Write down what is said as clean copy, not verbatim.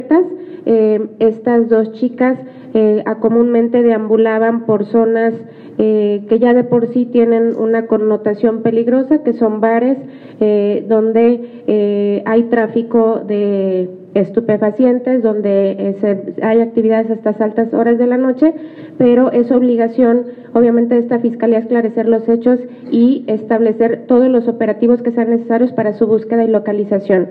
Estas dos chicas comúnmente deambulaban por zonas que ya de por sí tienen una connotación peligrosa, que son bares donde hay tráfico de estupefacientes, donde hay actividades hasta altas horas de la noche, pero es obligación, obviamente, de esta Fiscalía esclarecer los hechos y establecer todos los operativos que sean necesarios para su búsqueda y localización.